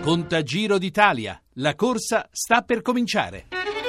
Conta Giro d'Italia. La corsa sta per cominciare.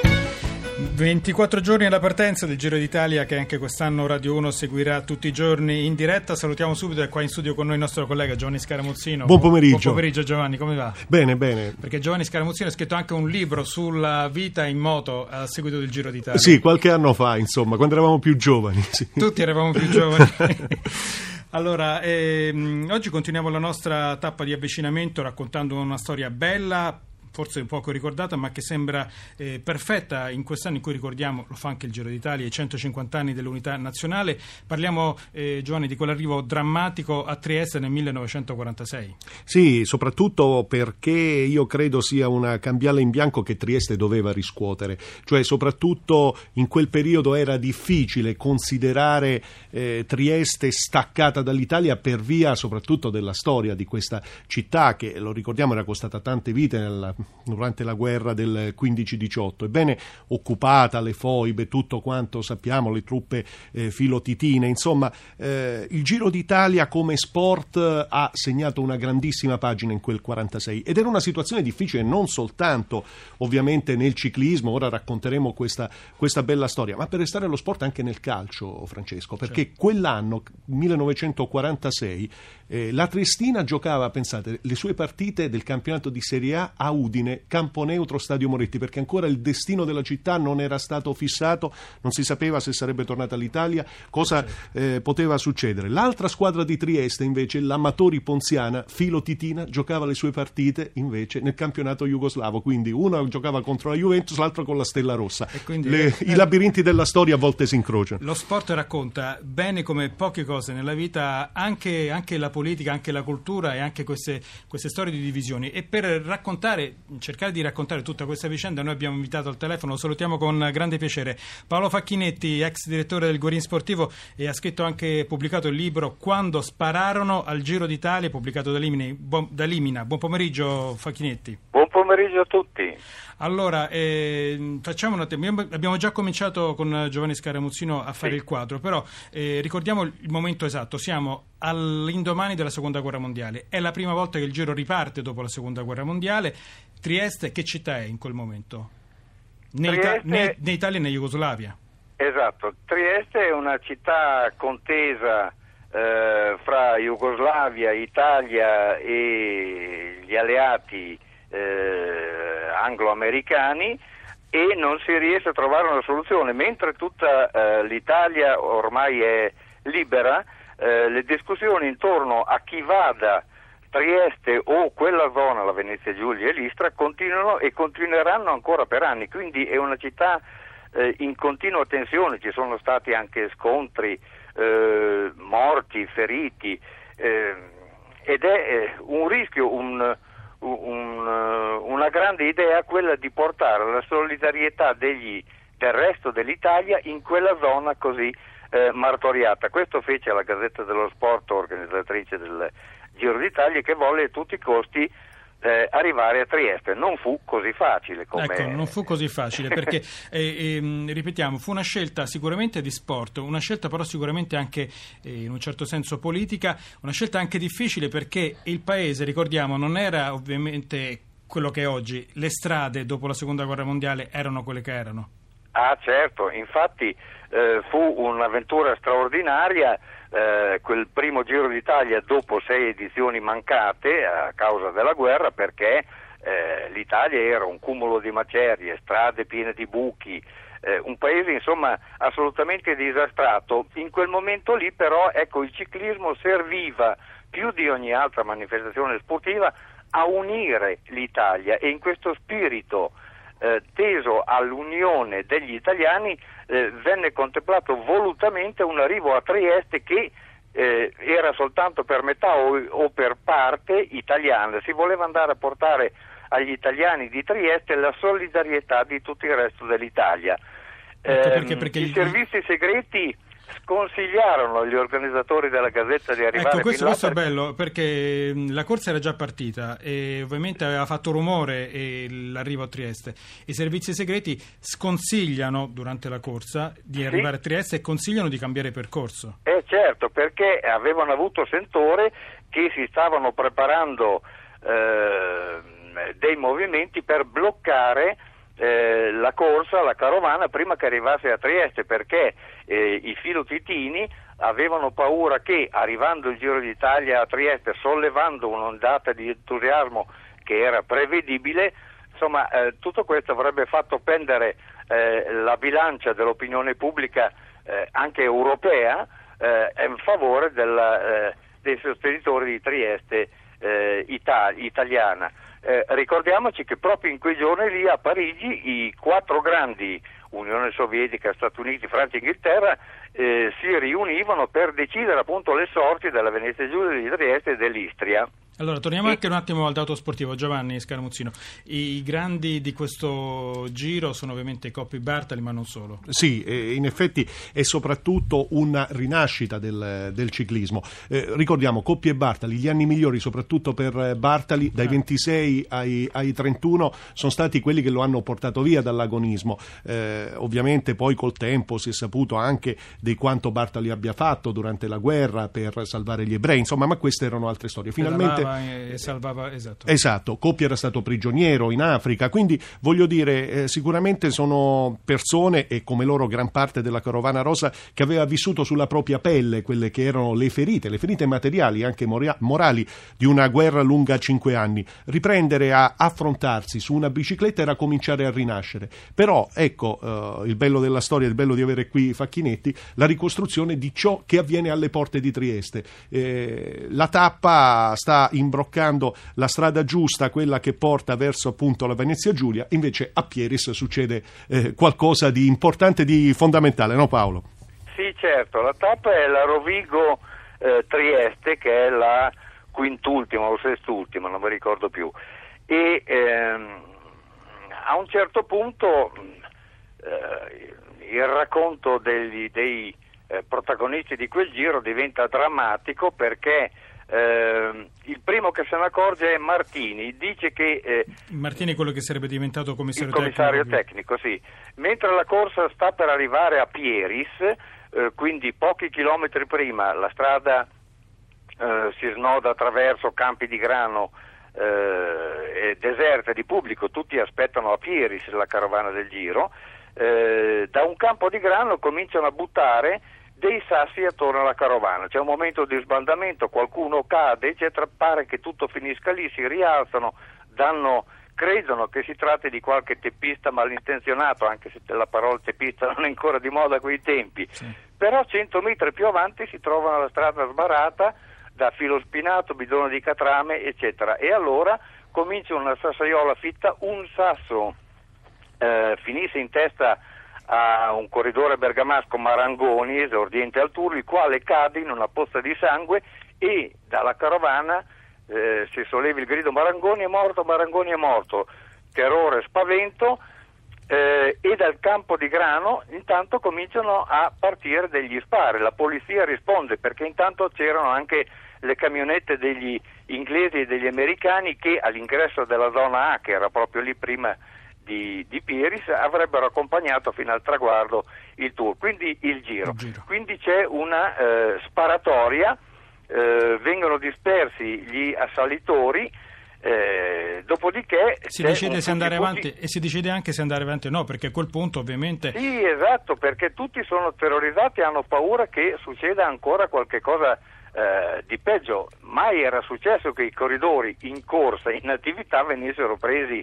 24 giorni alla partenza del Giro d'Italia, che anche quest'anno Radio 1 seguirà tutti i giorni in diretta. Salutiamo subito, è qua in studio con noi il nostro collega Giovanni Scaramuzzino. Buon pomeriggio. Buon pomeriggio Giovanni, come va? Bene, bene. Perché Giovanni Scaramuzzino ha scritto anche un libro sulla vita in moto a seguito del Giro d'Italia. Sì, qualche anno fa, insomma, quando eravamo più giovani. Sì. Tutti eravamo più giovani. Allora, oggi continuiamo la nostra tappa di avvicinamento raccontando una storia bella, forse un poco ricordata, ma che sembra perfetta in quest'anno in cui ricordiamo, lo fa anche il Giro d'Italia, i 150 anni dell'unità nazionale. Parliamo, Giovanni, di quell'arrivo drammatico a Trieste nel 1946. Sì, soprattutto perché io credo sia una cambiale in bianco che Trieste doveva riscuotere, cioè soprattutto in quel periodo era difficile considerare Trieste staccata dall'Italia per via soprattutto della storia di questa città che, lo ricordiamo, era costata tante vite durante la guerra del 15-18, ebbene occupata, le foibe, tutto quanto sappiamo, le truppe filotitine, insomma il Giro d'Italia come sport ha segnato una grandissima pagina in quel 46 ed era una situazione difficile non soltanto ovviamente nel ciclismo, ora racconteremo questa bella storia, ma per restare allo sport anche nel calcio, Francesco, perché quell'anno 1946 la Triestina giocava, pensate, le sue partite del campionato di Serie A Udine, campo neutro, Stadio Moretti, perché ancora il destino della città non era stato fissato, non si sapeva se sarebbe tornata all'Italia, cosa poteva succedere. L'altra squadra di Trieste invece, l'Amatori Ponziana, filotitina, giocava le sue partite invece nel campionato jugoslavo, quindi una giocava contro la Juventus, l'altra con la Stella Rossa. E quindi, i labirinti della storia a volte si incrociano. Lo sport racconta bene come poche cose nella vita, anche la politica, anche la cultura e anche queste storie di divisioni. E per cercare di raccontare tutta questa vicenda noi abbiamo invitato al telefono, lo salutiamo con grande piacere, Paolo Facchinetti, ex direttore del Guerin Sportivo, e ha scritto anche, pubblicato il libro Quando spararono al Giro d'Italia, pubblicato da Limina. Buon pomeriggio Facchinetti. Buon pomeriggio a tutti. Allora, facciamo abbiamo già cominciato con Giovanni Scaramuzzino a fare il quadro, però ricordiamo il momento esatto, siamo all'indomani della Seconda Guerra Mondiale, è la prima volta che il Giro riparte dopo la Seconda Guerra Mondiale. Trieste che città è in quel momento? Né Italia né Jugoslavia. Esatto, Trieste è una città contesa fra Jugoslavia, Italia e gli alleati anglo-americani, e non si riesce a trovare una soluzione, mentre tutta l'Italia ormai è libera. Le discussioni intorno a chi vada Trieste o quella zona, la Venezia Giulia e l'Istra, continuano e continueranno ancora per anni, quindi è una città in continua tensione, ci sono stati anche scontri, morti, feriti, ed è un rischio, una grande idea quella di portare la solidarietà del resto dell'Italia in quella zona così martoriata. Questo fece la Gazzetta dello Sport, organizzatrice del Giro d'Italia, che volle a tutti i costi arrivare a Trieste. Non fu così facile non fu così facile perché ripetiamo, fu una scelta sicuramente di sport, una scelta però sicuramente anche in un certo senso politica, una scelta anche difficile perché il paese, ricordiamo, non era ovviamente quello che è oggi. Le strade dopo la Seconda Guerra Mondiale erano quelle che erano. Ah certo, infatti fu un'avventura straordinaria quel primo Giro d'Italia dopo 6 edizioni mancate a causa della guerra, perché l'Italia era un cumulo di macerie, strade piene di buchi, un paese insomma assolutamente disastrato. In quel momento lì però il ciclismo serviva più di ogni altra manifestazione sportiva a unire l'Italia, e in questo spirito teso all'unione degli italiani venne contemplato volutamente un arrivo a Trieste che era soltanto per metà o per parte italiana. Si voleva andare a portare agli italiani di Trieste la solidarietà di tutto il resto dell'Italia. Perché i servizi segreti sconsigliarono agli organizzatori della Gazzetta di arrivare questo è bello, perché la corsa era già partita e ovviamente aveva fatto rumore l'arrivo a Trieste. I servizi segreti sconsigliano durante la corsa di arrivare a Trieste e consigliano di cambiare percorso. Certo, perché avevano avuto sentore che si stavano preparando dei movimenti per bloccare la corsa, la carovana prima che arrivasse a Trieste, perché i filotitini avevano paura che, arrivando il Giro d'Italia a Trieste, sollevando un'ondata di entusiasmo che era prevedibile, insomma tutto questo avrebbe fatto pendere la bilancia dell'opinione pubblica anche europea in favore dei sostenitori di Trieste italiana. Ricordiamoci che proprio in quei giorni lì a Parigi i 4 grandi, Unione Sovietica, Stati Uniti, Francia e Inghilterra, si riunivano per decidere appunto le sorti della Venezia Giulia, di Trieste e dell'Istria. Allora, torniamo anche un attimo al dato sportivo. Giovanni Scaramuzzino, i grandi di questo giro sono ovviamente Coppi e Bartali, ma non solo. Sì, in effetti è soprattutto una rinascita del ciclismo. Ricordiamo, Coppi e Bartali, gli anni migliori soprattutto per Bartali, dai 26 ai 31, sono stati quelli che lo hanno portato via dall'agonismo. Ovviamente poi col tempo si è saputo anche di quanto Bartali abbia fatto durante la guerra per salvare gli ebrei, insomma, ma queste erano altre storie. Finalmente e salvava, esatto, Coppi era stato prigioniero in Africa, quindi voglio dire, sicuramente sono persone, e come loro gran parte della Carovana Rosa, che aveva vissuto sulla propria pelle quelle che erano le ferite materiali, anche morali, di una guerra lunga 5 anni. Riprendere a affrontarsi su una bicicletta era cominciare a rinascere. Però ecco, il bello della storia, il bello di avere qui Facchinetti, la ricostruzione di ciò che avviene alle porte di Trieste. La tappa sta imbroccando la strada giusta, quella che porta verso appunto la Venezia Giulia, invece a Pieris succede qualcosa di importante, di fondamentale, no Paolo? Sì, certo, la tappa è la Rovigo Trieste, che è la quintultima o sestultima, non mi ricordo più, e a un certo punto il racconto dei protagonisti di quel giro diventa drammatico, perché il primo che se ne accorge è Martini. Dice che Martini è quello che sarebbe diventato commissario tecnico, sì. Mentre la corsa sta per arrivare a Pieris, quindi pochi chilometri prima, la strada si snoda attraverso campi di grano deserte di pubblico, tutti aspettano a Pieris la carovana del Giro. Da un campo di grano cominciano a buttare dei sassi attorno alla carovana, c'è un momento di sbandamento, qualcuno cade, eccetera, pare che tutto finisca lì, si rialzano, credono che si tratti di qualche teppista malintenzionato, anche se la parola teppista non è ancora di moda a quei tempi, sì. Però 100 metri più avanti si trovano la strada sbarrata da filo spinato, bidone di catrame, eccetera, e allora comincia una sassaiola fitta, un sasso finisse in testa a un corridore bergamasco, Marangoni, esordiente al Tour, il quale cade in una pozza di sangue, e dalla carovana si solleva il grido: Marangoni è morto, Marangoni è morto, terrore, spavento, e dal campo di grano intanto cominciano a partire degli spari. La polizia risponde, perché intanto c'erano anche le camionette degli inglesi e degli americani che all'ingresso della zona A, che era proprio lì prima di Pieris, avrebbero accompagnato fino al traguardo il Tour, quindi il Giro. Quindi c'è una sparatoria, vengono dispersi gli assalitori, dopodiché si decide se andare avanti, e si decide anche se andare avanti o no, perché a quel punto ovviamente sì, esatto, perché tutti sono terrorizzati, hanno paura che succeda ancora qualche cosa di peggio. Mai era successo che i corridori in corsa, in attività, venissero presi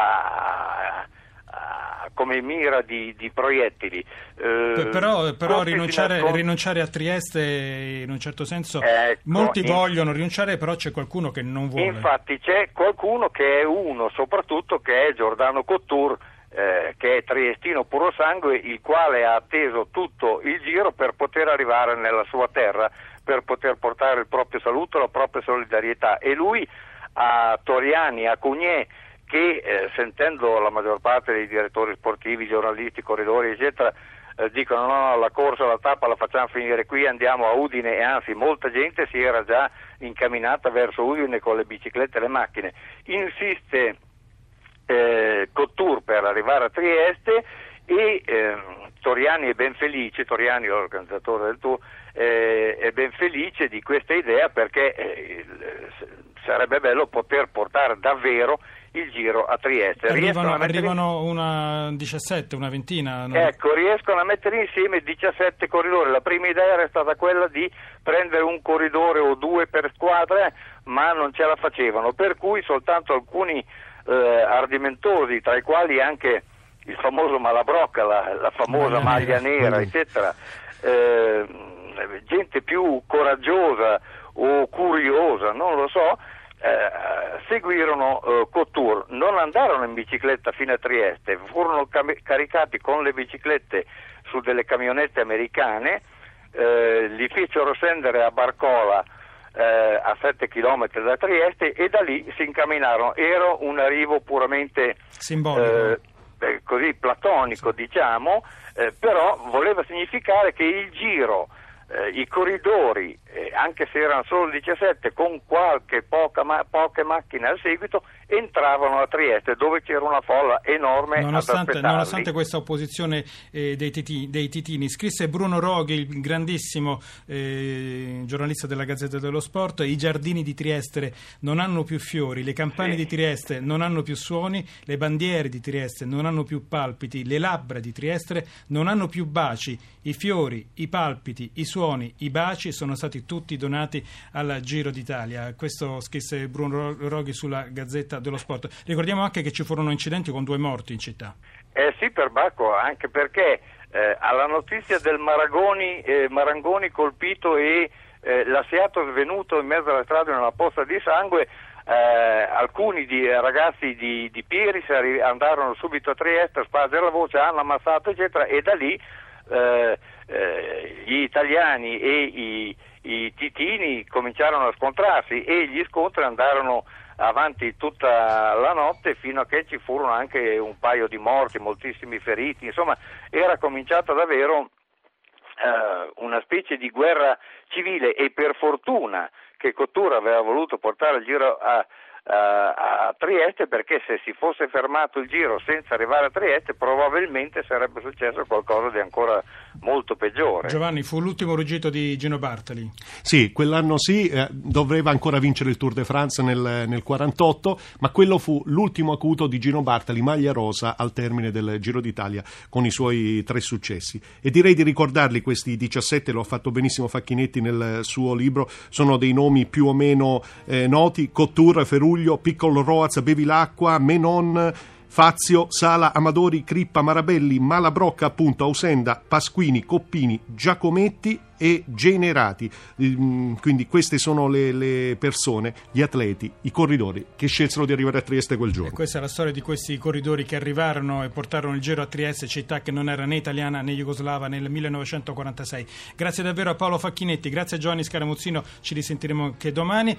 come mira di proiettili. Però rinunciare a Trieste in un certo sento, molti vogliono rinunciare, però c'è qualcuno che non vuole. Infatti c'è qualcuno che è uno, soprattutto, che è Giordano Cottur, che è triestino puro sangue, il quale ha atteso tutto il Giro per poter arrivare nella sua terra, per poter portare il proprio saluto, la propria solidarietà, e lui a Toriani, a Cugnet, che sentendo la maggior parte dei direttori sportivi, giornalisti, corridori eccetera, dicono no, la corsa, la tappa la facciamo finire qui, andiamo a Udine, e anzi molta gente si era già incamminata verso Udine con le biciclette e le macchine. Insiste Cottur per arrivare a Trieste, e Toriani è ben felice, Toriani, l'organizzatore del Tour, è ben felice di questa idea, perché sarebbe bello poter portare davvero il Giro a Trieste. Arrivano una 17, una ventina. Ecco, riescono a mettere insieme 17 corridori. La prima idea era stata quella di prendere un corridore o due per squadra, ma non ce la facevano, per cui soltanto alcuni ardimentosi, tra i quali anche il famoso Malabrocca, la famosa maglia nera, eccetera, gente più coraggiosa o curiosa, non lo so, seguirono Couture. Non andarono in bicicletta fino a Trieste, furono caricati con le biciclette su delle camionette americane, li fecero scendere a Barcola, a 7 chilometri da Trieste, e da lì si incamminarono. Era un arrivo puramente simbolico, così platonico, diciamo, però voleva significare che il Giro, i corridori, anche se erano solo 17, con poche macchine al seguito, entravano a Trieste, dove c'era una folla enorme nonostante questa opposizione dei titini. Scrisse Bruno Roghi, il grandissimo giornalista della Gazzetta dello Sport: i giardini di Trieste non hanno più fiori, le campane di Trieste non hanno più suoni, le bandiere di Trieste non hanno più palpiti, le labbra di Trieste non hanno più baci, i fiori, i palpiti, i suoni, i baci sono stati tutti donati al Giro d'Italia. Questo scrisse Bruno Roghi sulla Gazzetta dello Sport. Ricordiamo anche che ci furono incidenti con 2 morti in città. Sì, per Bacco, anche perché alla notizia del Marangoni colpito e lasciato svenuto in mezzo alla strada in una pozza di sangue, alcuni ragazzi di Piris andarono subito a Trieste, spargere la voce, hanno ammazzato, eccetera, e da lì gli italiani e i titini cominciarono a scontrarsi, e gli scontri andarono avanti tutta la notte fino a che ci furono anche un paio di morti, moltissimi feriti. Insomma, era cominciata davvero una specie di guerra civile, e per fortuna che Couture aveva voluto portare il Giro a Trieste, perché se si fosse fermato il Giro senza arrivare a Trieste probabilmente sarebbe successo qualcosa di ancora molto peggiore. Giovanni, fu l'ultimo ruggito di Gino Bartali. Sì, quell'anno sì, doveva ancora vincere il Tour de France nel 48, ma quello fu l'ultimo acuto di Gino Bartali, maglia rosa al termine del Giro d'Italia, con i suoi 3 successi. E direi di ricordarli questi 17, lo ha fatto benissimo Facchinetti nel suo libro, sono dei nomi più o meno noti: Couture, Feruglio, Piccolo Roaz, Bevilacqua, Menon, Fazio, Sala, Amadori, Crippa, Marabelli, Malabrocca, appunto, Ausenda, Pasquini, Coppini, Giacometti e Generati. Quindi queste sono le persone, gli atleti, i corridori che scelsero di arrivare a Trieste quel giorno. E questa è la storia di questi corridori che arrivarono e portarono il Giro a Trieste, città che non era né italiana né jugoslava, nel 1946. Grazie davvero a Paolo Facchinetti, grazie a Giovanni Scaramuzzino, ci risentiremo anche domani.